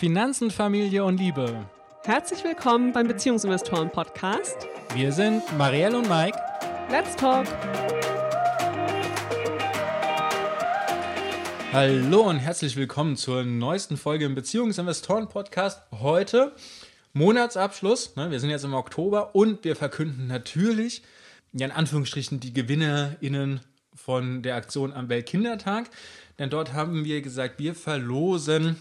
Finanzen, Familie und Liebe. Herzlich willkommen beim Beziehungsinvestoren-Podcast. Wir sind Marielle und Mike. Let's talk! Hallo und herzlich willkommen zur neuesten Folge im Beziehungsinvestoren-Podcast. Heute Monatsabschluss. Wir sind jetzt im Oktober und wir verkünden natürlich, ja in Anführungsstrichen, die GewinnerInnen von der Aktion am Weltkindertag. Denn dort haben wir gesagt, wir verlosen,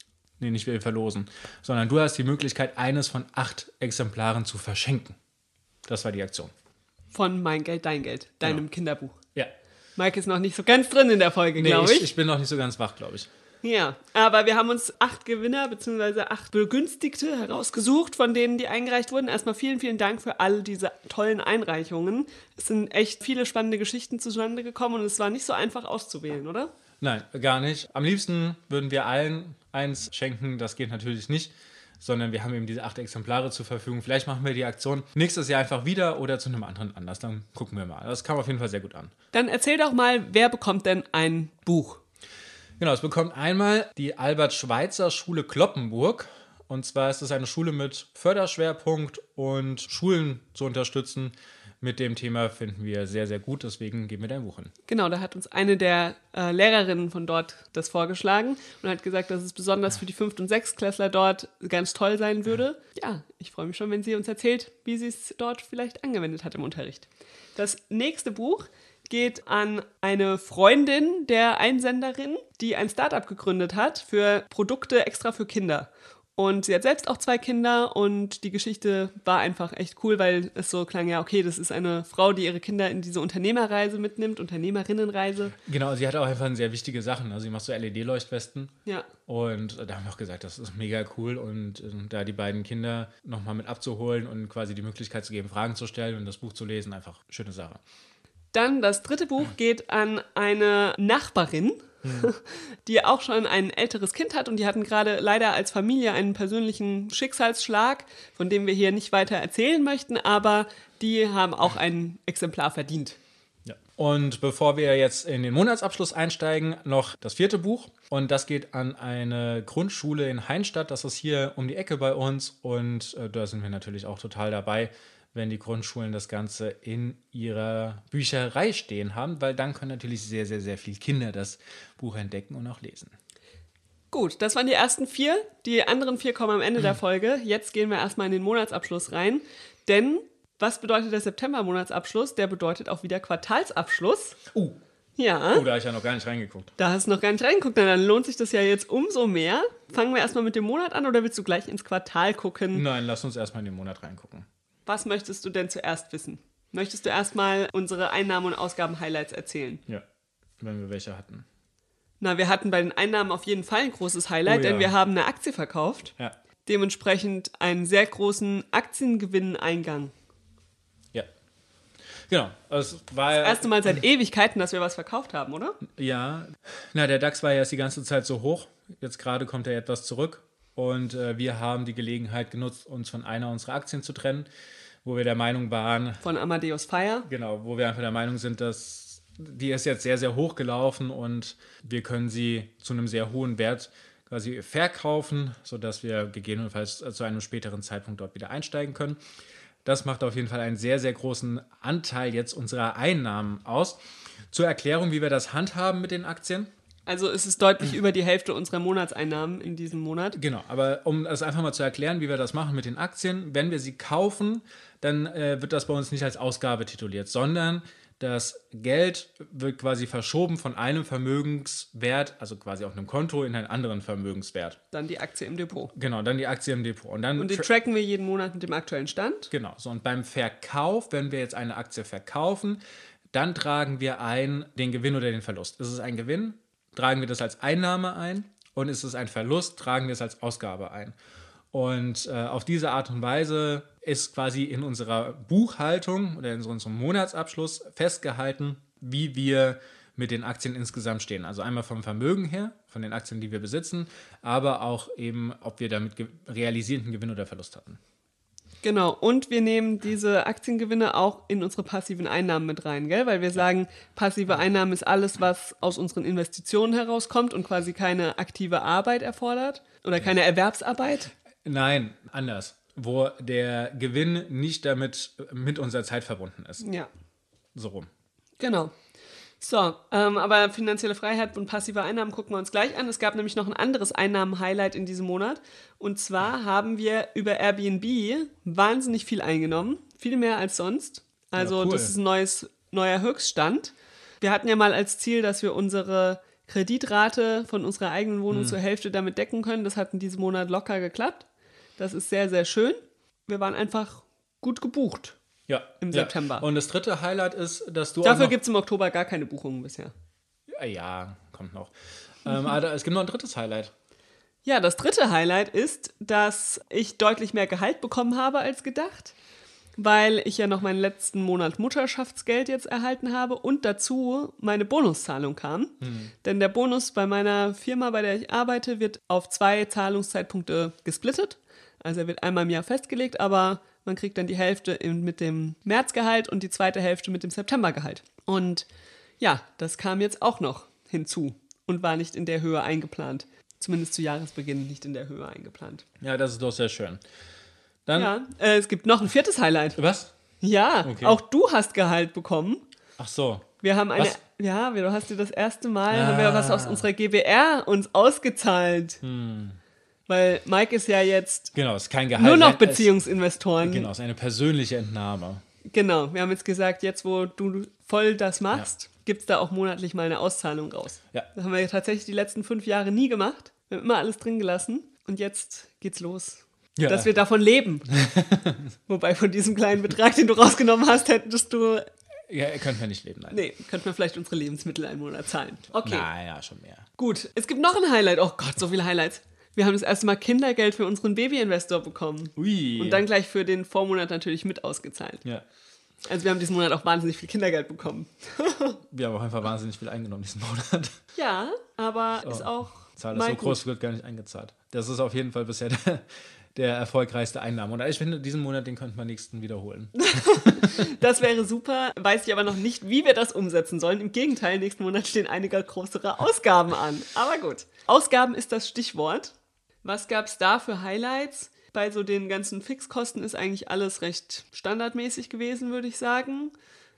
sondern du hast die Möglichkeit, eines von 8 Exemplaren zu verschenken. Das war die Aktion. Von Mein Geld, Dein Geld, deinem Kinderbuch. Ja. Mike ist noch nicht so ganz drin in der Folge, glaube ich. Ich bin noch nicht so ganz wach, glaube ich. Ja, aber wir haben uns 8 Gewinner bzw. 8 Begünstigte herausgesucht, von denen die eingereicht wurden. Erstmal vielen, vielen Dank für all diese tollen Einreichungen. Es sind echt viele spannende Geschichten zustande gekommen und es war nicht so einfach auszuwählen, oder? Nein, gar nicht. Am liebsten würden wir allen eins schenken. Das geht natürlich nicht, sondern wir haben eben diese 8 Exemplare zur Verfügung. Vielleicht machen wir die Aktion nächstes Jahr einfach wieder oder zu einem anderen Anlass. Dann gucken wir mal. Das kam auf jeden Fall sehr gut an. Dann erzähl doch mal, wer bekommt denn ein Buch? Genau, es bekommt einmal die Albert-Schweitzer-Schule Cloppenburg. Und zwar ist es eine Schule mit Förderschwerpunkt und Schulen zu unterstützen. Mit dem Thema finden wir sehr, sehr gut. Deswegen geben wir dein Buch hin. Genau, da hat uns eine der Lehrerinnen von dort das vorgeschlagen und hat gesagt, dass es besonders für die 5- und 6-Klässler dort ganz toll sein würde. Ja, ich freue mich schon, wenn sie uns erzählt, wie sie es dort vielleicht angewendet hat im Unterricht. Das nächste Buch geht an eine Freundin der Einsenderin, die ein Startup gegründet hat für Produkte extra für Kinder. Und sie hat selbst auch 2 Kinder und die Geschichte war einfach echt cool, weil es so klang, ja okay, das ist eine Frau, die ihre Kinder in diese Unternehmerreise mitnimmt, Unternehmerinnenreise. Genau, sie hat auch einfach sehr wichtige Sachen. Also sie macht so LED-Leuchtwesten. Ja. Und da haben wir auch gesagt, das ist mega cool. Und da die beiden Kinder nochmal mit abzuholen und quasi die Möglichkeit zu geben, Fragen zu stellen und das Buch zu lesen, einfach schöne Sache. Dann das dritte Buch geht an eine Nachbarin, die auch schon ein älteres Kind hat und die hatten gerade leider als Familie einen persönlichen Schicksalsschlag, von dem wir hier nicht weiter erzählen möchten, aber die haben auch ein Exemplar verdient. Ja. Und bevor wir jetzt in den Monatsabschluss einsteigen, noch das 4. Buch. Und das geht an eine Grundschule in Heinstadt. Das ist hier um die Ecke bei uns. Und da sind wir natürlich auch total dabei, wenn die Grundschulen das Ganze in ihrer Bücherei stehen haben, weil dann können natürlich sehr, sehr, sehr viele Kinder das Buch entdecken und auch lesen. Gut, das waren die ersten 4. Die anderen 4 kommen am Ende der Folge. Jetzt gehen wir erstmal in den Monatsabschluss rein. Denn was bedeutet der September-Monatsabschluss? Der bedeutet auch wieder Quartalsabschluss. Ja. Oh, da habe ich ja noch gar nicht reingeguckt. Da hast du noch gar nicht reingeguckt. Na, dann lohnt sich das ja jetzt umso mehr. Fangen wir erstmal mit dem Monat an oder willst du gleich ins Quartal gucken? Nein, lass uns erstmal in den Monat reingucken. Was möchtest du denn zuerst wissen? Möchtest du erstmal unsere Einnahmen- und Ausgaben-Highlights erzählen? Ja, wenn wir welche hatten. Na, wir hatten bei den Einnahmen auf jeden Fall ein großes Highlight, denn wir haben eine Aktie verkauft. Ja. Dementsprechend einen sehr großen Aktiengewinneingang. Ja. Genau. Es war Das erste Mal seit Ewigkeiten, dass wir was verkauft haben, oder? Ja. Na, der DAX war ja erst die ganze Zeit so hoch. Jetzt gerade kommt er etwas zurück. Und wir haben die Gelegenheit genutzt, uns von einer unserer Aktien zu trennen, wo wir der Meinung waren... Von Amadeus Fire. Genau, wo wir einfach der Meinung sind, dass die ist jetzt sehr, sehr hoch gelaufen und wir können sie zu einem sehr hohen Wert quasi verkaufen, sodass wir gegebenenfalls zu einem späteren Zeitpunkt dort wieder einsteigen können. Das macht auf jeden Fall einen sehr, sehr großen Anteil jetzt unserer Einnahmen aus. Zur Erklärung, wie wir das handhaben mit den Aktien. Also es ist deutlich über die Hälfte unserer Monatseinnahmen in diesem Monat. Genau, aber um das einfach mal zu erklären, wie wir das machen mit den Aktien, wenn wir sie kaufen, dann wird das bei uns nicht als Ausgabe tituliert, sondern das Geld wird quasi verschoben von einem Vermögenswert, also quasi auf einem Konto, in einen anderen Vermögenswert. Dann die Aktie im Depot. Genau, dann die Aktie im Depot. Und die tracken wir jeden Monat mit dem aktuellen Stand. Genau, so und beim Verkauf, wenn wir jetzt eine Aktie verkaufen, dann tragen wir ein den Gewinn oder den Verlust. Ist es ein Gewinn? Tragen wir das als Einnahme ein und ist es ein Verlust, tragen wir es als Ausgabe ein. Und auf diese Art und Weise ist quasi in unserer Buchhaltung oder in unserem Monatsabschluss festgehalten, wie wir mit den Aktien insgesamt stehen. Also einmal vom Vermögen her, von den Aktien, die wir besitzen, aber auch eben, ob wir damit realisierten Gewinn oder Verlust hatten. Genau, und wir nehmen diese Aktiengewinne auch in unsere passiven Einnahmen mit rein, gell? Weil wir sagen, passive Einnahmen ist alles, was aus unseren Investitionen herauskommt und quasi keine aktive Arbeit erfordert oder keine Erwerbsarbeit. Nein, anders. Wo der Gewinn nicht damit mit unserer Zeit verbunden ist. Ja, So rum. genau. So, aber finanzielle Freiheit und passive Einnahmen gucken wir uns gleich an. Es gab nämlich noch ein anderes Einnahmen-Highlight in diesem Monat. Und zwar haben wir über Airbnb wahnsinnig viel eingenommen. Viel mehr als sonst. Also Ja, cool. das ist ein neuer Höchststand. Wir hatten ja mal als Ziel, dass wir unsere Kreditrate von unserer eigenen Wohnung zur Hälfte damit decken können. Das hat in diesem Monat locker geklappt. Das ist sehr, sehr schön. Wir waren einfach gut gebucht. Ja. Im September. Und das dritte Highlight ist, dass du Dafür auch gibt es im Oktober gar keine Buchungen bisher. noch... Ja, kommt noch. Aber es gibt noch ein drittes Highlight. Ja, das dritte Highlight ist, dass ich deutlich mehr Gehalt bekommen habe als gedacht, weil ich ja noch meinen letzten Monat Mutterschaftsgeld jetzt erhalten habe und dazu meine Bonuszahlung kam. Denn der Bonus bei meiner Firma, bei der ich arbeite, wird auf 2 Zahlungszeitpunkte gesplittet. Also er wird einmal im Jahr festgelegt, aber man kriegt dann die Hälfte mit dem Märzgehalt und die zweite Hälfte mit dem Septembergehalt. Und ja, das kam jetzt auch noch hinzu und war nicht in der Höhe eingeplant. Zumindest zu Jahresbeginn nicht in der Höhe eingeplant. Ja, das ist doch sehr schön. Dann... Ja, es gibt noch ein viertes Highlight. Was? Ja, Okay. auch du hast Gehalt bekommen. Ach so. Wir haben eine, Was? ja, du hast dir das erste Mal, haben wir was aus unserer GBR uns ausgezahlt. Weil Mike ist ja jetzt Genau, es ist kein Gehalt. nur noch es- Beziehungsinvestoren. Genau, es ist eine persönliche Entnahme. Genau, wir haben jetzt gesagt, jetzt wo du voll das machst, gibt es da auch monatlich mal eine Auszahlung raus. Ja. Das haben wir tatsächlich die letzten 5 Jahre nie gemacht. Wir haben immer alles drin gelassen und jetzt geht's los. Ja. Dass wir davon leben. Wobei von diesem kleinen Betrag, den du rausgenommen hast, hättest du... Ja, ihr könnt mir nicht leben, nein. Nee, könnten wir vielleicht unsere Lebensmittel einen Monat zahlen. Okay, Naja, schon mehr. gut. Es gibt noch ein Highlight. Oh Gott, so viele Highlights. Wir haben das erste Mal Kindergeld für unseren Babyinvestor bekommen. Ui. Und dann gleich für den Vormonat natürlich mit ausgezahlt. Ja. Also wir haben diesen Monat auch wahnsinnig viel Kindergeld bekommen. Wir haben auch einfach wahnsinnig viel eingenommen diesen Monat. Ja, aber ist auch Die Zahl ist mal so gut. groß, wird gar nicht eingezahlt. Das ist auf jeden Fall bisher der erfolgreichste Einnahme. Und ich finde, diesen Monat, den könnte man nächsten wiederholen. Das wäre super. Weiß ich aber noch nicht, wie wir das umsetzen sollen. Im Gegenteil, nächsten Monat stehen einige größere Ausgaben an. Aber gut. Ausgaben ist das Stichwort. Was gab es da für Highlights? Bei so den ganzen Fixkosten ist eigentlich alles recht standardmäßig gewesen, würde ich sagen.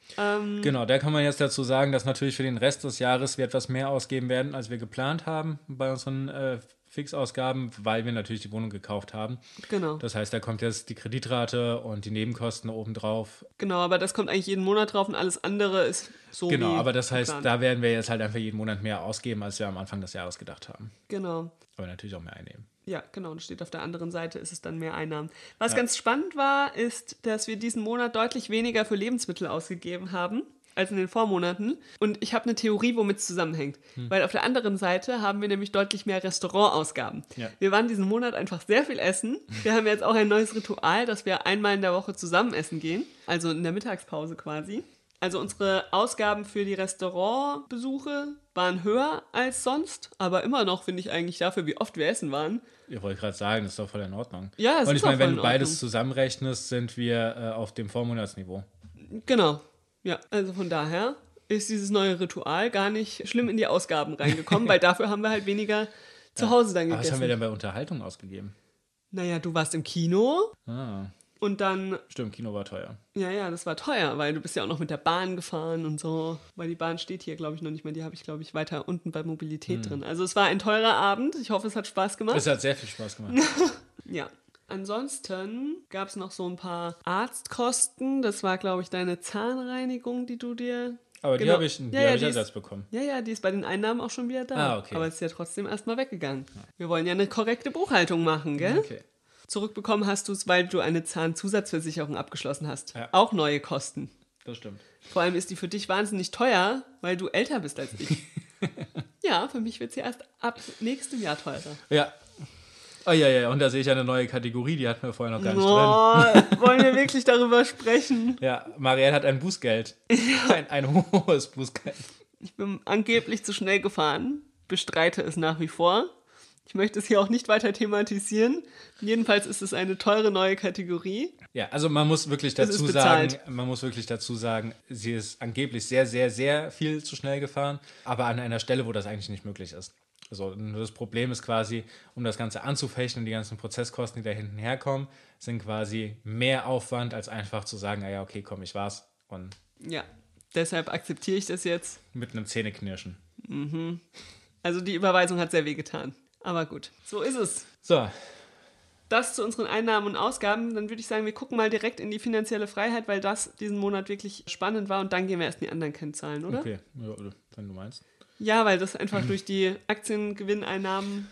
Genau, da kann man jetzt dazu sagen, dass natürlich für den Rest des Jahres wir etwas mehr ausgeben werden, als wir geplant haben bei unseren Fixausgaben, weil wir natürlich die Wohnung gekauft haben. Genau. Das heißt, da kommt jetzt die Kreditrate und die Nebenkosten obendrauf. Genau, aber das kommt eigentlich jeden Monat drauf und alles andere ist so Genau, wie aber das heißt, geplant. da werden wir jetzt halt einfach jeden Monat mehr ausgeben, als wir am Anfang des Jahres gedacht haben. Genau. Aber natürlich auch mehr einnehmen. Ja, genau. Und steht auf der anderen Seite, ist es dann mehr Einnahmen. Was ganz spannend war, ist, dass wir diesen Monat deutlich weniger für Lebensmittel ausgegeben haben als in den Vormonaten. Und ich habe eine Theorie, womit es zusammenhängt. Weil auf der anderen Seite haben wir nämlich deutlich mehr Restaurantausgaben. Ja. Wir waren diesen Monat einfach sehr viel essen. Wir haben jetzt auch ein neues Ritual, dass wir einmal in der Woche zusammen essen gehen. Also in der Mittagspause quasi. Also unsere Ausgaben für die Restaurantbesuche waren höher als sonst, aber immer noch finde ich eigentlich dafür, wie oft wir essen waren. Ich wollte gerade sagen, das ist doch voll in Ordnung. Ja, es Und ist ich meine, auch voll wenn in du beides Ordnung. zusammenrechnest, sind wir auf dem Vormonatsniveau. Genau. Ja, also von daher ist dieses neue Ritual gar nicht schlimm in die Ausgaben reingekommen, weil dafür haben wir halt weniger zu Hause dann Aber was haben wir gegessen. denn bei Unterhaltung ausgegeben? Naja, du warst im Kino Ah, und dann, stimmt, Kino war teuer. ja, das war teuer, weil du bist ja auch noch mit der Bahn gefahren und so, weil die Bahn steht hier, glaube ich, noch nicht mehr. Die habe ich, glaube ich, weiter unten bei Mobilität drin. Also es war ein teurer Abend. Ich hoffe, es hat Spaß gemacht. Es hat sehr viel Spaß gemacht. Ja. Ansonsten gab es noch so ein paar Arztkosten. Das war, glaube ich, deine Zahnreinigung, die du dir... Aber die Genau. habe ich, Ja, hab ja, ich die ist- Ersatz bekommen. Ja, die ist bei den Einnahmen auch schon wieder da. Ah, okay. Aber es ist ja trotzdem erstmal weggegangen. Wir wollen ja eine korrekte Buchhaltung machen, gell? Okay. Zurückbekommen hast du es, weil du eine Zahnzusatzversicherung abgeschlossen hast. Ja. Auch neue Kosten. Das stimmt. Vor allem ist die für dich wahnsinnig teuer, weil du älter bist als ich. Ja, für mich wird sie erst ab nächstem Jahr teurer. Ja. Oh ja, und da sehe ich eine neue Kategorie, die hatten wir vorher noch gar nicht drin. Oh, wollen wir wirklich darüber sprechen? Ja, Marielle hat ein Bußgeld. Ein hohes Bußgeld. Ich bin angeblich zu schnell gefahren, bestreite es nach wie vor. Ich möchte es hier auch nicht weiter thematisieren. Jedenfalls ist es eine teure neue Kategorie. Ja, also man muss wirklich dazu sagen, sie ist angeblich sehr, sehr, sehr viel zu schnell gefahren, aber an einer Stelle, wo das eigentlich nicht möglich ist. Also nur das Problem ist quasi, um das Ganze anzufechten und die ganzen Prozesskosten, die da hinten herkommen, sind quasi mehr Aufwand, als einfach zu sagen, ja, okay, komm, ich war's. Und ja, deshalb akzeptiere ich das jetzt. Mit einem Zähneknirschen. Also die Überweisung hat sehr wehgetan. Aber gut, so ist es. So. Das zu unseren Einnahmen und Ausgaben. Dann würde ich sagen, wir gucken mal direkt in die finanzielle Freiheit, weil das diesen Monat wirklich spannend war. Und dann gehen wir erst in die anderen Kennzahlen, oder? Okay, ja, wenn du meinst. Ja, weil das einfach durch die Aktiengewinneinnahmen.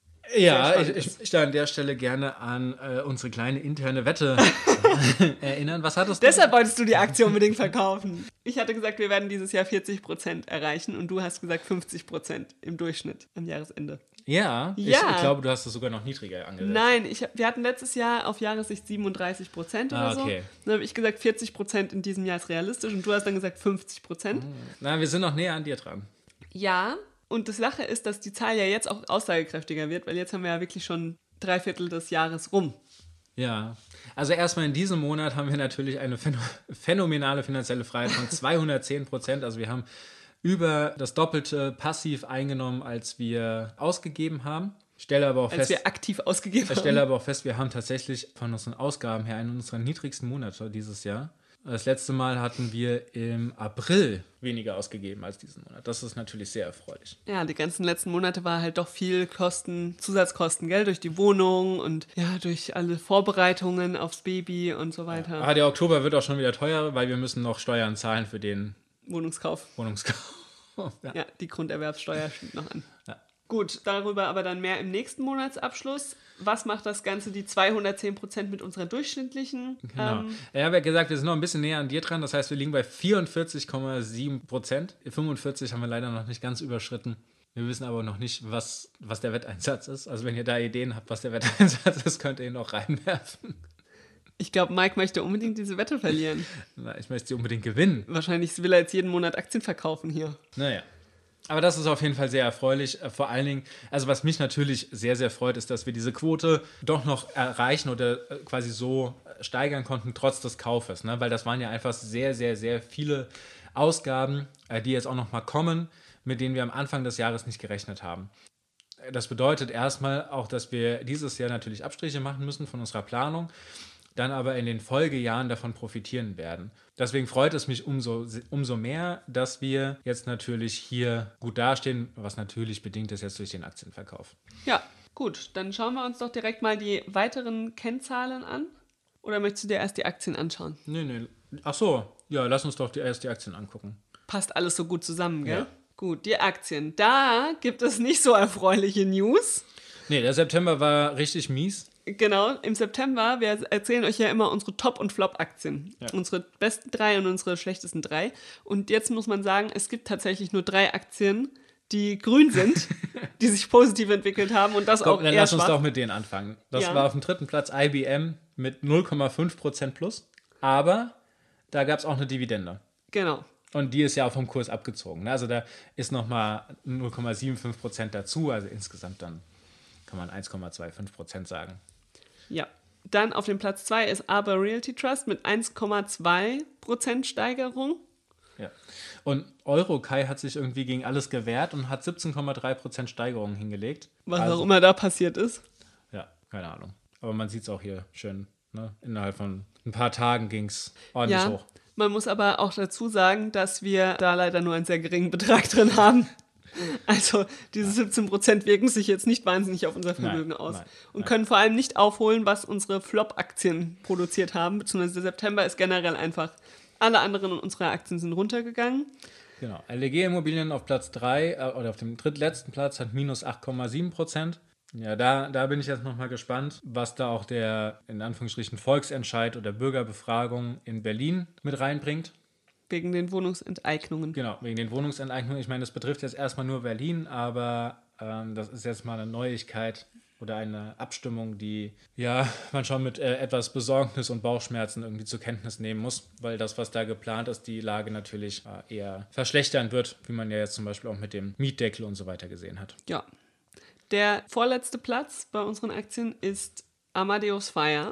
Ja, ich da an der Stelle gerne an unsere kleine interne Wette erinnern. Was hattest du? Deshalb wolltest du die Aktie unbedingt verkaufen. Ich hatte gesagt, wir werden dieses Jahr 40% erreichen und du hast gesagt 50% im Durchschnitt am Jahresende. Ja, Ja. Ich glaube, du hast es sogar noch niedriger angesetzt. Nein, wir hatten letztes Jahr auf Jahressicht 37% oder so. Okay. Dann habe ich gesagt, 40% in diesem Jahr ist realistisch und du hast dann gesagt 50%. Na, wir sind noch näher an dir dran. Ja, und die Sache ist, dass die Zahl ja jetzt auch aussagekräftiger wird, weil jetzt haben wir ja wirklich schon 3/4 des Jahres rum. Ja, also erstmal in diesem Monat haben wir natürlich eine phänomenale finanzielle Freiheit von 210%. Also wir haben über das Doppelte passiv eingenommen, als wir ausgegeben haben. Ich stelle aber auch wir aktiv ausgegeben haben. Ich stelle aber auch fest, wir haben tatsächlich von unseren Ausgaben her einen unserer niedrigsten Monate dieses Jahr. Das letzte Mal hatten wir im April weniger ausgegeben als diesen Monat. Das ist natürlich sehr erfreulich. Ja, die ganzen letzten Monate war halt doch viel Zusatzkosten, gell? Durch die Wohnung und ja, durch alle Vorbereitungen aufs Baby und so weiter. Aber der Oktober wird auch schon wieder teurer, weil wir müssen noch Steuern zahlen für den Wohnungskauf. Ja, die Grunderwerbssteuer steht noch an. Ja. Gut, darüber aber dann mehr im nächsten Monatsabschluss. Was macht das Ganze, die 210% mit unserer durchschnittlichen? Genau. Ich habe ja gesagt, wir sind noch ein bisschen näher an dir dran. Das heißt, wir liegen bei 44,7%. 45 haben wir leider noch nicht ganz überschritten. Wir wissen aber noch nicht, was der Wetteinsatz ist. Also wenn ihr da Ideen habt, was der Wetteinsatz ist, könnt ihr ihn auch reinwerfen. Ich glaube, Mike möchte unbedingt diese Wette verlieren. Na, ich möchte sie unbedingt gewinnen. Wahrscheinlich will er jetzt jeden Monat Aktien verkaufen hier. Naja. Aber das ist auf jeden Fall sehr erfreulich. Vor allen Dingen, also was mich natürlich sehr, sehr freut, ist, dass wir diese Quote doch noch erreichen oder quasi so steigern konnten, trotz des Kaufes. Ne? Weil das waren ja einfach sehr, sehr, sehr viele Ausgaben, die jetzt auch noch mal kommen, mit denen wir am Anfang des Jahres nicht gerechnet haben. Das bedeutet erstmal auch, dass wir dieses Jahr natürlich Abstriche machen müssen von unserer Planung, dann aber in den Folgejahren davon profitieren werden. Deswegen freut es mich umso mehr, dass wir jetzt natürlich hier gut dastehen, was natürlich bedingt ist jetzt durch den Aktienverkauf. Ja, gut. Dann schauen wir uns doch direkt mal die weiteren Kennzahlen an. Oder möchtest du dir erst die Aktien anschauen? Nee. Ach so, ja, lass uns doch erst die Aktien angucken. Passt alles so gut zusammen, gell? Ja. Gut, die Aktien. Da gibt es nicht so erfreuliche News. Nee, der September war richtig mies. Genau, im September, wir erzählen euch ja immer unsere Top- und Flop-Aktien. Ja. Unsere besten 3 und unsere schlechtesten 3. Und jetzt muss man sagen, es gibt tatsächlich nur 3 Aktien, die grün sind, die sich positiv entwickelt haben und das auch dann eher lass uns schwach. doch mit denen anfangen. Das war auf dem 3. Platz IBM mit 0,5% plus, aber da gab es auch eine Dividende. Genau. Und die ist ja auch vom Kurs abgezogen. Also da ist nochmal 0,75% dazu, also insgesamt dann kann man 1,25% sagen. Ja, dann auf dem Platz 2 ist Aber Realty Trust mit 1,2% Steigerung. Ja. Und Eurokai hat sich irgendwie gegen alles gewehrt und hat 17,3% Steigerung hingelegt. Was auch immer da passiert ist. Ja, keine Ahnung. Aber man sieht es auch hier schön. Ne? Innerhalb von ein paar Tagen ging es ordentlich hoch. Man muss aber auch dazu sagen, dass wir da leider nur einen sehr geringen Betrag drin haben. Also diese 17% wirken sich jetzt nicht wahnsinnig auf unser Vermögen aus und können vor allem nicht aufholen, was unsere Flop-Aktien produziert haben, beziehungsweise der September ist generell einfach, alle anderen unserer Aktien sind runtergegangen. Genau, LEG Immobilien auf Platz 3 oder auf dem drittletzten Platz hat minus 8,7%. Ja, da bin ich jetzt nochmal gespannt, was da auch der, in Anführungsstrichen, Volksentscheid oder Bürgerbefragung in Berlin mit reinbringt. Wegen den Wohnungsenteignungen. Genau, wegen den Wohnungsenteignungen. Ich meine, das betrifft jetzt erstmal nur Berlin, aber das ist jetzt mal eine Neuigkeit oder eine Abstimmung, die ja man schon mit etwas Besorgnis und Bauchschmerzen irgendwie zur Kenntnis nehmen muss, weil das, was da geplant ist, die Lage natürlich eher verschlechtern wird, wie man ja jetzt zum Beispiel auch mit dem Mietdeckel und so weiter gesehen hat. Ja. Der vorletzte Platz bei unseren Aktien ist Amadeus Fire.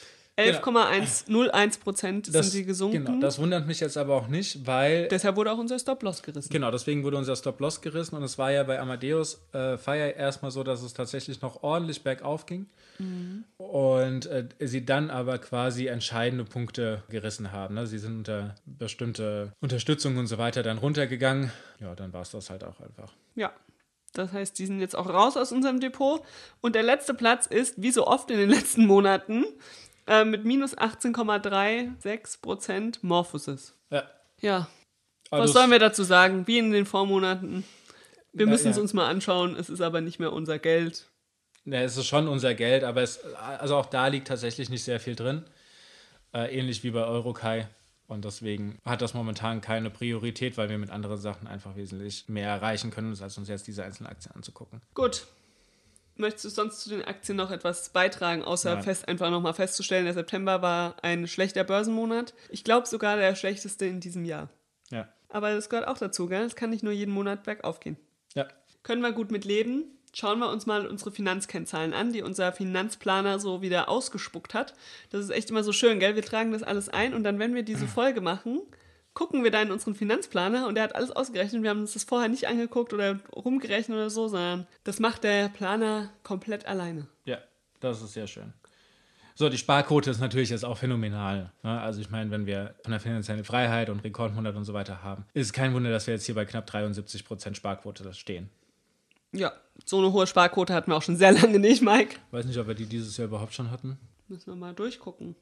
11,101% sind sie gesunken. Genau, das wundert mich jetzt aber auch nicht, weil... Deshalb wurde auch unser Stop-Loss gerissen. Genau, deswegen wurde unser Stop-Loss gerissen und es war ja bei Amadeus Fire erstmal so, dass es tatsächlich noch ordentlich bergauf ging und sie dann aber quasi entscheidende Punkte gerissen haben. Ne? Sie sind unter bestimmte Unterstützung und so weiter dann runtergegangen. Ja, dann war es das halt auch einfach. Ja, das heißt, die sind jetzt auch raus aus unserem Depot. Und der letzte Platz ist, wie so oft in den letzten Monaten, mit minus 18,36% Morphosis. Ja. Ja, Aber was sollen wir dazu sagen? Wie in den Vormonaten. Wir müssen es ja. uns mal anschauen. Es ist aber nicht mehr unser Geld. Ja, es ist schon unser Geld, aber also auch da liegt tatsächlich nicht sehr viel drin. Ähnlich wie bei Eurokai. Und deswegen hat das momentan keine Priorität, weil wir mit anderen Sachen einfach wesentlich mehr erreichen können, als uns jetzt diese einzelnen Aktien anzugucken. Gut. Möchtest du sonst zu den Aktien noch etwas beitragen, außer einfach nochmal festzustellen, der September war ein schlechter Börsenmonat. Ich glaube sogar der schlechteste in diesem Jahr. Ja. Aber das gehört auch dazu, gell? Es kann nicht nur jeden Monat bergauf gehen. Ja. Können wir gut mit leben. Schauen wir uns mal unsere Finanzkennzahlen an, die unser Finanzplaner so wieder ausgespuckt hat. Das ist echt immer so schön, gell? Wir tragen das alles ein und dann, wenn wir diese Folge machen, gucken wir da in unseren Finanzplaner und der hat alles ausgerechnet. Wir haben uns das vorher nicht angeguckt oder rumgerechnet oder so, sondern das macht der Planer komplett alleine. Ja, das ist sehr schön. So, die Sparquote ist natürlich jetzt auch phänomenal. Ne? Also ich meine, wenn wir von der finanziellen Freiheit und Rekordmonat und so weiter haben, ist es kein Wunder, dass wir jetzt hier bei knapp 73% Sparquote stehen. Ja, so eine hohe Sparquote hatten wir auch schon sehr lange nicht, Mike. Ich weiß nicht, ob wir die dieses Jahr überhaupt schon hatten. Müssen wir mal durchgucken.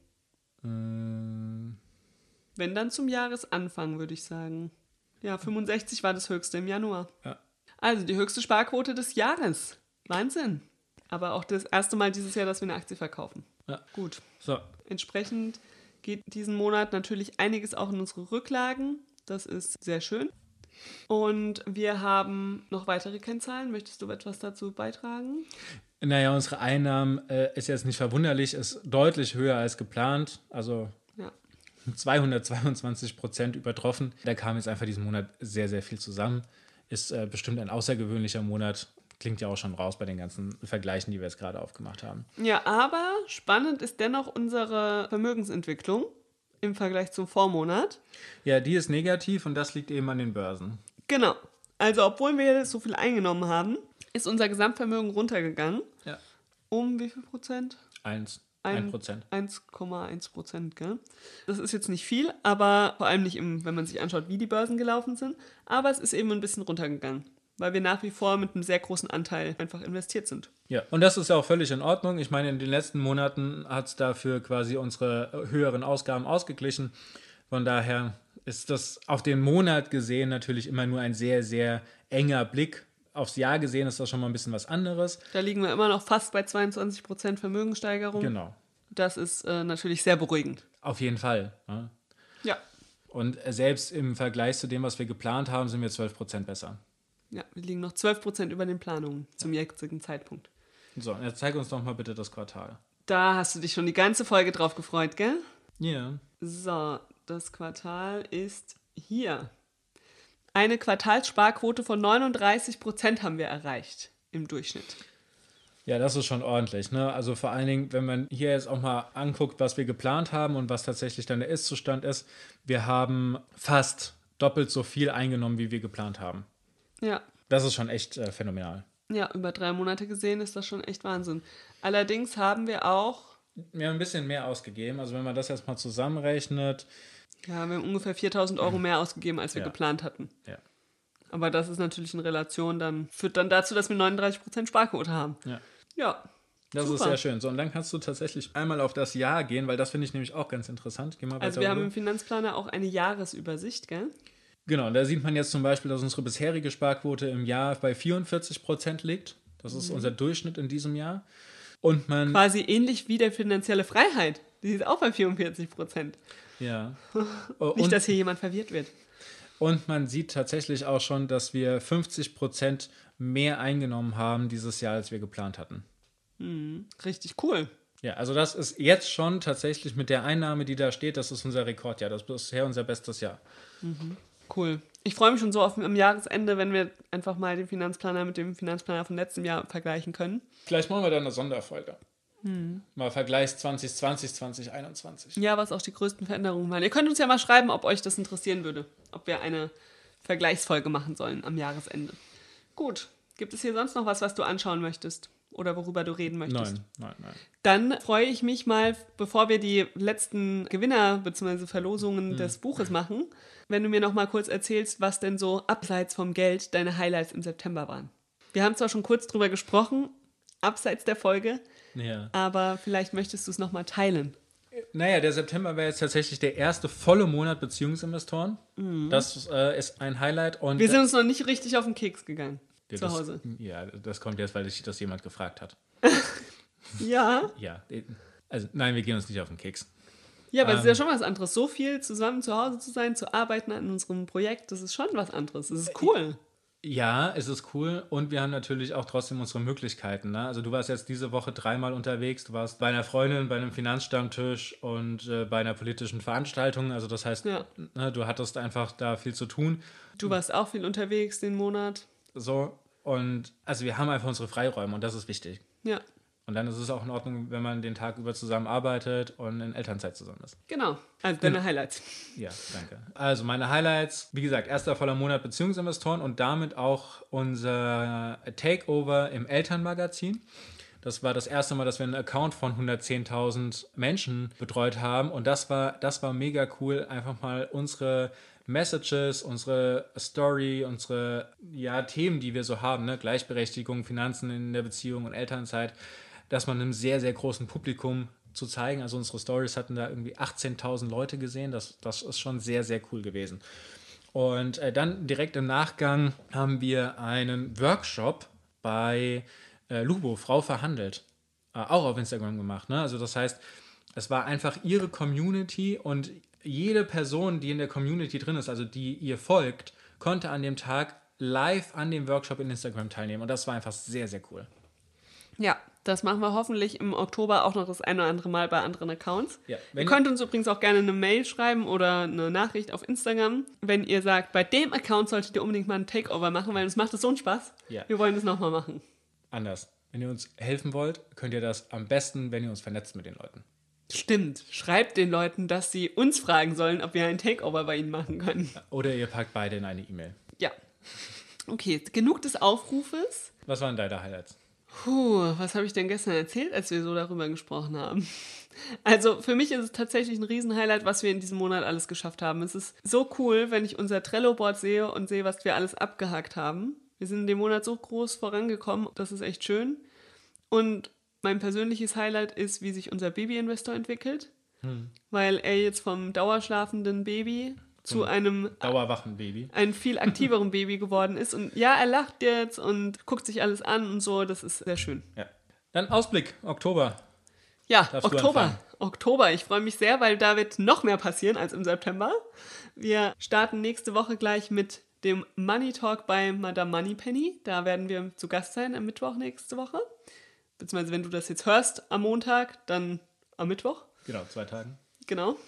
Wenn dann zum Jahresanfang, würde ich sagen. Ja, 65 war das höchste im Januar. Ja. Also die höchste Sparquote des Jahres. Wahnsinn. Aber auch das erste Mal dieses Jahr, dass wir eine Aktie verkaufen. Ja. Gut. So. Entsprechend geht diesen Monat natürlich einiges auch in unsere Rücklagen. Das ist sehr schön. Und wir haben noch weitere Kennzahlen. Möchtest du etwas dazu beitragen? Naja, unsere Einnahmen ist jetzt nicht verwunderlich, ist deutlich höher als geplant. Also 222% übertroffen. Da kam jetzt einfach diesen Monat sehr, sehr viel zusammen. Ist bestimmt ein außergewöhnlicher Monat. Klingt ja auch schon raus bei den ganzen Vergleichen, die wir jetzt gerade aufgemacht haben. Ja, aber spannend ist dennoch unsere Vermögensentwicklung im Vergleich zum Vormonat. Ja, die ist negativ und das liegt eben an den Börsen. Genau. Also obwohl wir so viel eingenommen haben, ist unser Gesamtvermögen runtergegangen. Ja. Um wie viel Prozent? 1%. 1,1%, gell? Das ist jetzt nicht viel, aber vor allem nicht, wenn man sich anschaut, wie die Börsen gelaufen sind. Aber es ist eben ein bisschen runtergegangen, weil wir nach wie vor mit einem sehr großen Anteil einfach investiert sind. Ja, und das ist ja auch völlig in Ordnung. Ich meine, in den letzten Monaten hat es dafür quasi unsere höheren Ausgaben ausgeglichen. Von daher ist das auf den Monat gesehen natürlich immer nur ein sehr, sehr enger Blick. Aufs Jahr gesehen ist das schon mal ein bisschen was anderes. Da liegen wir immer noch fast bei 22% Vermögenssteigerung. Genau. Das ist natürlich sehr beruhigend. Auf jeden Fall. Ja. Ja. Und selbst im Vergleich zu dem, was wir geplant haben, sind wir 12% besser. Ja, wir liegen noch 12% über den Planungen zum jetzigen Zeitpunkt. So, jetzt zeig uns doch mal bitte das Quartal. Da hast du dich schon die ganze Folge drauf gefreut, gell? Ja. Yeah. So, das Quartal ist hier. Eine Quartalssparquote von 39% haben wir erreicht im Durchschnitt. Ja, das ist schon ordentlich. Ne? Also vor allen Dingen, wenn man hier jetzt auch mal anguckt, was wir geplant haben und was tatsächlich dann der Ist-Zustand ist, wir haben fast doppelt so viel eingenommen, wie wir geplant haben. Ja. Das ist schon echt phänomenal. Ja, über 3 Monate gesehen ist das schon echt Wahnsinn. Allerdings haben wir auch... Wir haben ein bisschen mehr ausgegeben. Also wenn man das jetzt mal zusammenrechnet... Ja, wir haben ungefähr 4.000 Euro mehr ausgegeben, als wir geplant hatten. Ja. Aber das ist natürlich in Relation, führt dann dazu, dass wir 39% Sparquote haben. Ja. Ja. Das super. Ist sehr schön. So, und dann kannst du tatsächlich einmal auf das Jahr gehen, weil das finde ich nämlich auch ganz interessant. Geh mal weiter also wir haben im Finanzplaner auch eine Jahresübersicht, gell? Genau, und da sieht man jetzt zum Beispiel, dass unsere bisherige Sparquote im Jahr bei 44% liegt. Das ist unser Durchschnitt in diesem Jahr. Und man... Quasi ähnlich wie der finanzielle Freiheit. Die ist auch bei 44%. Ja. Nicht, dass hier jemand verwirrt wird. Und man sieht tatsächlich auch schon, dass wir 50% mehr eingenommen haben dieses Jahr, als wir geplant hatten. Richtig cool. Ja, also das ist jetzt schon tatsächlich mit der Einnahme, die da steht, das ist unser Rekordjahr. Das ist bisher unser bestes Jahr. Cool. Ich freue mich schon so auf am Jahresende, wenn wir einfach mal den Finanzplaner mit dem Finanzplaner von letztem Jahr vergleichen können. Vielleicht machen wir dann eine Sonderfolge. Mal Vergleich 2020, 2021. Ja, was auch die größten Veränderungen waren. Ihr könnt uns ja mal schreiben, ob euch das interessieren würde. Ob wir eine Vergleichsfolge machen sollen am Jahresende. Gut. Gibt es hier sonst noch was du anschauen möchtest? Oder worüber du reden möchtest? Nein. Dann freue ich mich mal, bevor wir die letzten Gewinner bzw. Verlosungen des Buches machen, wenn du mir noch mal kurz erzählst, was denn so abseits vom Geld deine Highlights im September waren. Wir haben zwar schon kurz drüber gesprochen, abseits der Folge, Ja. aber vielleicht möchtest du es noch mal teilen. Naja, der September wäre jetzt tatsächlich der erste volle Monat Beziehungsinvestoren. Das ist ein Highlight. Und Wir sind uns noch nicht richtig auf den Keks gegangen zu Hause. Das kommt jetzt, weil sich das jemand gefragt hat. Ja. Ja, also nein, wir gehen uns nicht auf den Keks. Ja, aber es ist ja schon was anderes. So viel zusammen zu Hause zu sein, zu arbeiten an unserem Projekt, das ist schon was anderes. Das ist cool. Ja, es ist cool und wir haben natürlich auch trotzdem unsere Möglichkeiten. Ne? Also du warst jetzt diese Woche 3-mal unterwegs. Du warst bei einer Freundin, bei einem Finanzstammtisch und bei einer politischen Veranstaltung. Also das heißt, ne, du hattest einfach da viel zu tun. Du warst auch viel unterwegs den Monat. So, und also wir haben einfach unsere Freiräume und das ist wichtig. Ja. Und dann ist es auch in Ordnung, wenn man den Tag über zusammenarbeitet und in Elternzeit zusammen ist. Genau, also deine Highlights. Ja, danke. Also meine Highlights, wie gesagt, erster voller Monat Beziehungsinvestoren und damit auch unser Takeover im Elternmagazin. Das war das erste Mal, dass wir einen Account von 110.000 Menschen betreut haben und das war mega cool, einfach mal unsere Messages, unsere Story, unsere Themen, die wir so haben, ne? Gleichberechtigung, Finanzen in der Beziehung und Elternzeit, dass man einem sehr, sehr großen Publikum zu zeigen. Also unsere Stories hatten da irgendwie 18.000 Leute gesehen. Das ist schon sehr, sehr cool gewesen. Und dann direkt im Nachgang haben wir einen Workshop bei Lubo, Frau verhandelt, auch auf Instagram gemacht. Ne? Also das heißt, es war einfach ihre Community und jede Person, die in der Community drin ist, also die ihr folgt, konnte an dem Tag live an dem Workshop in Instagram teilnehmen. Und das war einfach sehr, sehr cool. Ja, das machen wir hoffentlich im Oktober auch noch das ein oder andere Mal bei anderen Accounts. Ja, ihr könnt uns übrigens auch gerne eine Mail schreiben oder eine Nachricht auf Instagram, wenn ihr sagt, bei dem Account solltet ihr unbedingt mal einen Takeover machen, weil uns macht das so einen Spaß. Ja. Wir wollen das nochmal machen. Anders. Wenn ihr uns helfen wollt, könnt ihr das am besten, wenn ihr uns vernetzt mit den Leuten. Stimmt. Schreibt den Leuten, dass sie uns fragen sollen, ob wir einen Takeover bei ihnen machen können. Oder ihr packt beide in eine E-Mail. Ja. Okay, genug des Aufrufes. Was waren deine Highlights? Was habe ich denn gestern erzählt, als wir so darüber gesprochen haben? Also für mich ist es tatsächlich ein Riesenhighlight, was wir in diesem Monat alles geschafft haben. Es ist so cool, wenn ich unser Trello-Board sehe und sehe, was wir alles abgehakt haben. Wir sind in dem Monat so groß vorangekommen, das ist echt schön. Und mein persönliches Highlight ist, wie sich unser Baby-Investor entwickelt, weil er jetzt vom dauerschlafenden Baby zu einem Dauerwachen-Baby. Ein viel aktiveren Baby geworden ist. Und ja, er lacht jetzt und guckt sich alles an und so. Das ist sehr schön. Ja. Dann Ausblick, Oktober. Ja, Darfst du Oktober. anfangen? Oktober. Ich freue mich sehr, weil da wird noch mehr passieren als im September. Wir starten nächste Woche gleich mit dem Money Talk bei Madame Moneypenny. Da werden wir zu Gast sein am Mittwoch nächste Woche. Beziehungsweise, wenn du das jetzt hörst am Montag, dann am Mittwoch. Genau, 2 Tagen. Genau.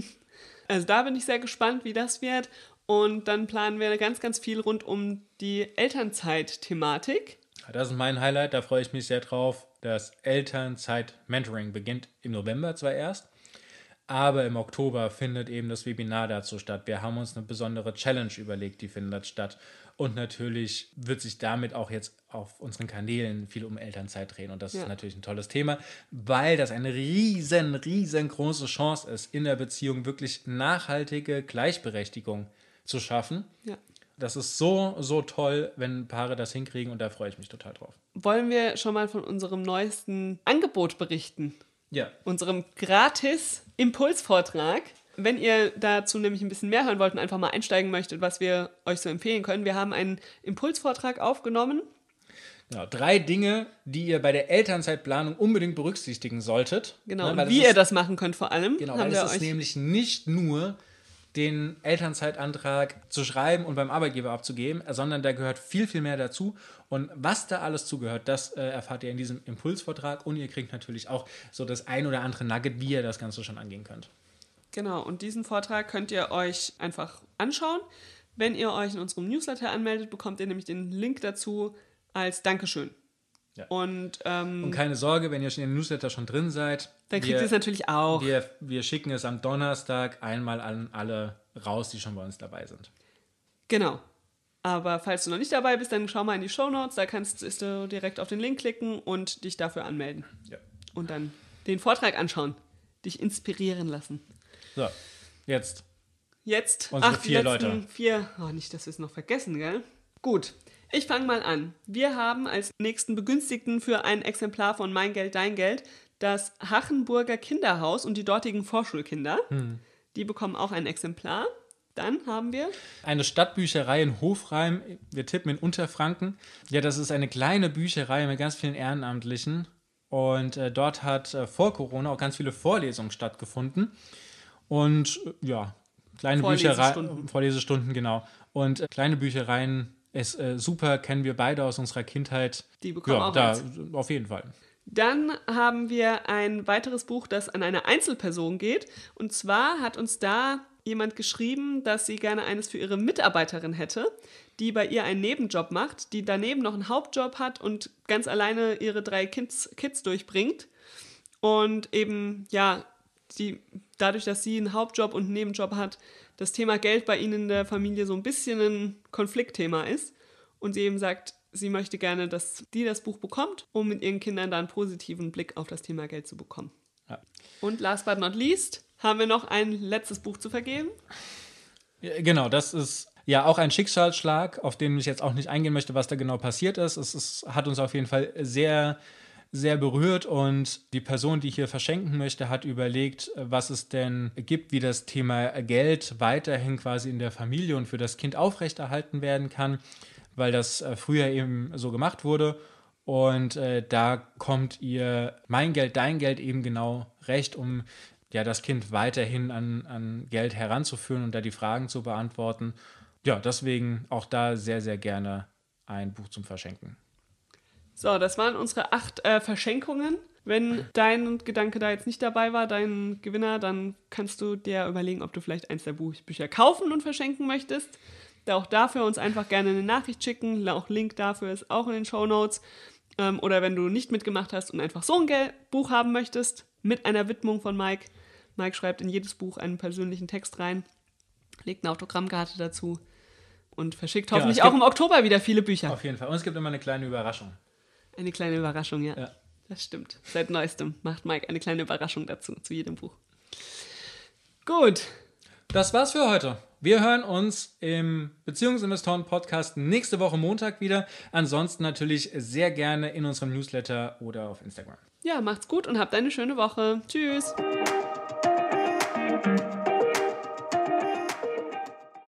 Also da bin ich sehr gespannt, wie das wird. Und dann planen wir ganz, ganz viel rund um die Elternzeit-Thematik. Das ist mein Highlight, da freue ich mich sehr drauf. Das Elternzeit-Mentoring beginnt im November zwar erst, aber im Oktober findet eben das Webinar dazu statt. Wir haben uns eine besondere Challenge überlegt, die findet statt. Und natürlich wird sich damit auch jetzt auf unseren Kanälen viel um Elternzeit drehen. Und das ist natürlich ein tolles Thema, weil das eine riesengroße Chance ist, in der Beziehung wirklich nachhaltige Gleichberechtigung zu schaffen. Ja. Das ist so toll, wenn Paare das hinkriegen und da freue ich mich total drauf. Wollen wir schon mal von unserem neuesten Angebot berichten? Ja. Unserem Gratis-Impulsvortrag. Wenn ihr dazu nämlich ein bisschen mehr hören wollt und einfach mal einsteigen möchtet, was wir euch so empfehlen können, wir haben einen Impulsvortrag aufgenommen. Genau, 3 Dinge, die ihr bei der Elternzeitplanung unbedingt berücksichtigen solltet. Genau, und wie ihr das machen könnt vor allem. Genau, weil es ist nämlich nicht nur den Elternzeitantrag zu schreiben und beim Arbeitgeber abzugeben, sondern da gehört viel mehr dazu. Und was da alles zugehört, das erfahrt ihr in diesem Impulsvortrag und ihr kriegt natürlich auch so das ein oder andere Nugget, wie ihr das Ganze schon angehen könnt. Genau, und diesen Vortrag könnt ihr euch einfach anschauen. Wenn ihr euch in unserem Newsletter anmeldet, bekommt ihr nämlich den Link dazu als Dankeschön. Ja. Und keine Sorge, wenn ihr schon im Newsletter schon drin seid. dann kriegt ihr es natürlich auch. Wir schicken es am Donnerstag einmal an alle raus, die schon bei uns dabei sind. Genau. Aber falls du noch nicht dabei bist, dann schau mal in die Shownotes, da kannst du direkt auf den Link klicken und dich dafür anmelden. Ja. Und dann den Vortrag anschauen, dich inspirieren lassen. So, jetzt Unsere die letzten 4. Oh, nicht, dass wir es noch vergessen, gell? Gut, ich fange mal an. Wir haben als nächsten Begünstigten für ein Exemplar von Mein Geld, Dein Geld das Hachenburger Kinderhaus und die dortigen Vorschulkinder. Die bekommen auch ein Exemplar. Dann haben wir eine Stadtbücherei in Hofreim. Wir tippen in Unterfranken. Ja, das ist eine kleine Bücherei mit ganz vielen Ehrenamtlichen. Und dort hat vor Corona auch ganz viele Vorlesungen stattgefunden. Und ja, kleine Vorlesestunden, genau. Und kleine Büchereien ist super, kennen wir beide aus unserer Kindheit. Die bekommen auch eins. Auf jeden Fall. Dann haben wir ein weiteres Buch, das an eine Einzelperson geht. Und zwar hat uns da jemand geschrieben, dass sie gerne eines für ihre Mitarbeiterin hätte, die bei ihr einen Nebenjob macht, die daneben noch einen Hauptjob hat und ganz alleine ihre 3 Kids durchbringt. Und eben, ja, dadurch, dass sie einen Hauptjob und einen Nebenjob hat, das Thema Geld bei ihnen in der Familie so ein bisschen ein Konfliktthema ist. Und sie eben sagt, sie möchte gerne, dass die das Buch bekommt, um mit ihren Kindern da einen positiven Blick auf das Thema Geld zu bekommen. Ja. Und last but not least haben wir noch ein letztes Buch zu vergeben. Ja, genau, das ist ja auch ein Schicksalsschlag, auf den ich jetzt auch nicht eingehen möchte, was da genau passiert ist. Es hat uns auf jeden Fall sehr, sehr berührt und die Person, die hier verschenken möchte, hat überlegt, was es denn gibt, wie das Thema Geld weiterhin quasi in der Familie und für das Kind aufrechterhalten werden kann, weil das früher eben so gemacht wurde. Und da kommt ihr Mein Geld, Dein Geld eben genau recht, um ja, das Kind weiterhin an Geld heranzuführen und da die Fragen zu beantworten. Ja, deswegen auch da sehr, sehr gerne ein Buch zum Verschenken. So, das waren unsere 8 Verschenkungen. Wenn dein Gedanke da jetzt nicht dabei war, dein Gewinner, dann kannst du dir überlegen, ob du vielleicht eins der Bücher kaufen und verschenken möchtest. Auch dafür uns einfach gerne eine Nachricht schicken. Auch Link dafür ist auch in den Shownotes. Oder wenn du nicht mitgemacht hast und einfach so ein Buch haben möchtest, mit einer Widmung von Mike. Mike schreibt in jedes Buch einen persönlichen Text rein, legt eine Autogrammkarte dazu und verschickt hoffentlich auch im Oktober wieder viele Bücher. Auf jeden Fall. Und es gibt immer eine kleine Überraschung. Eine kleine Überraschung, ja. Das stimmt. Seit Neuestem macht Mike eine kleine Überraschung dazu, zu jedem Buch. Gut. Das war's für heute. Wir hören uns im Beziehungsinvestoren-Podcast nächste Woche Montag wieder. Ansonsten natürlich sehr gerne in unserem Newsletter oder auf Instagram. Ja, macht's gut und habt eine schöne Woche. Tschüss.